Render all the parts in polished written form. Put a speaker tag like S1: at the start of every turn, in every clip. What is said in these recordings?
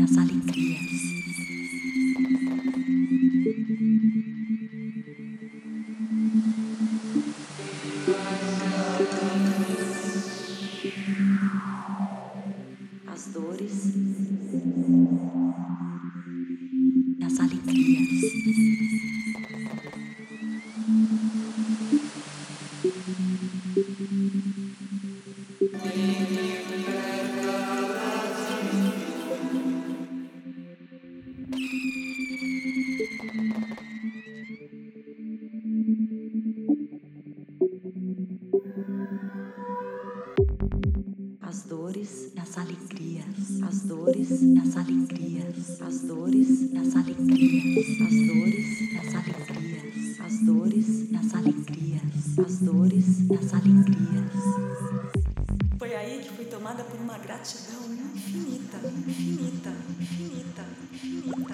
S1: as alegrias. As dores e as alegrias. As dores e as alegrias, as dores e as alegrias, as dores e as alegrias, as dores e as alegrias, as dores e as alegrias, as dores e as alegrias.
S2: Foi aí que fui tomada por uma gratidão infinita, infinita, infinita, infinita,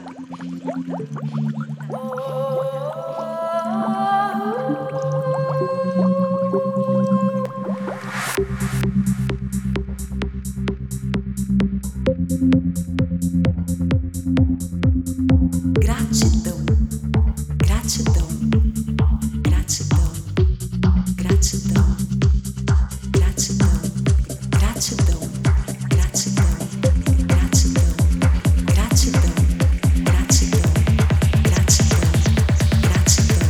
S1: Gratidão, gratidão, gratidão, gratidão, gratidão, gratidão, gratidão, gratidão, gratidão, gratidão, gratidão, gratidão,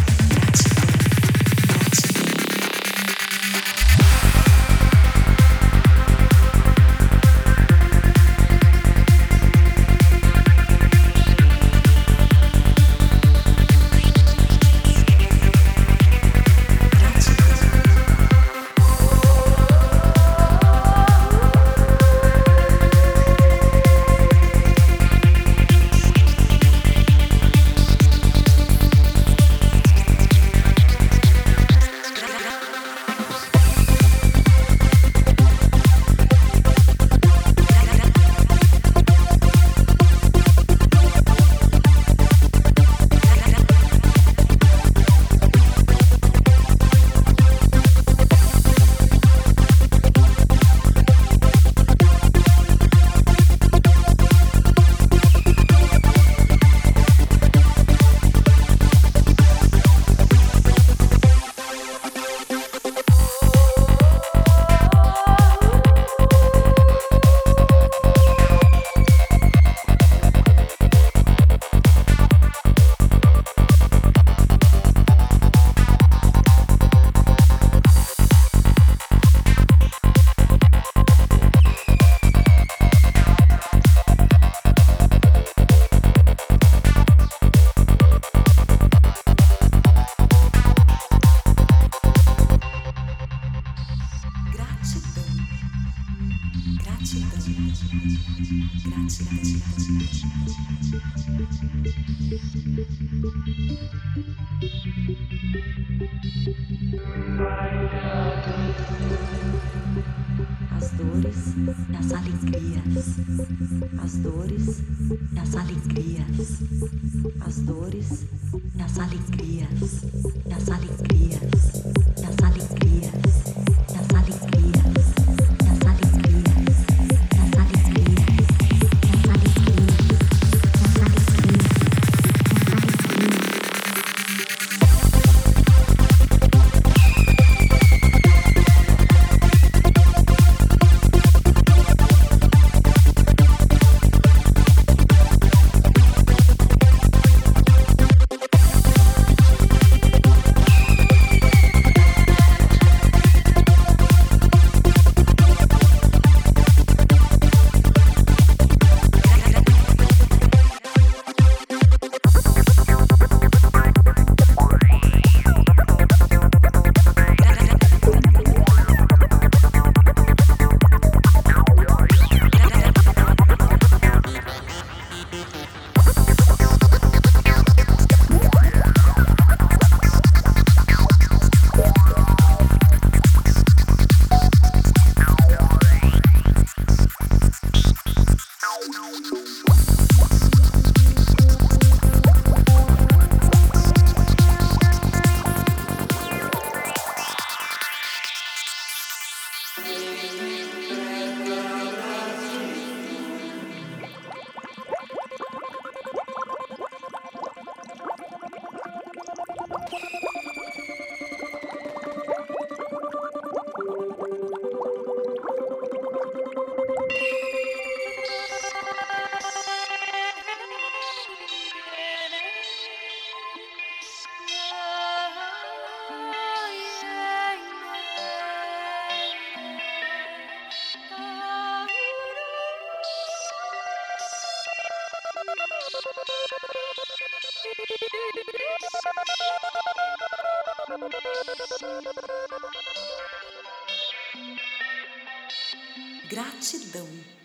S1: as dores e as alegrias, as dores e as alegrias, as dores e as alegrias, e as alegrias, e as alegrias, e as alegrias, e as alegrias, e as alegrias, e as alegrias,
S2: Gratidão.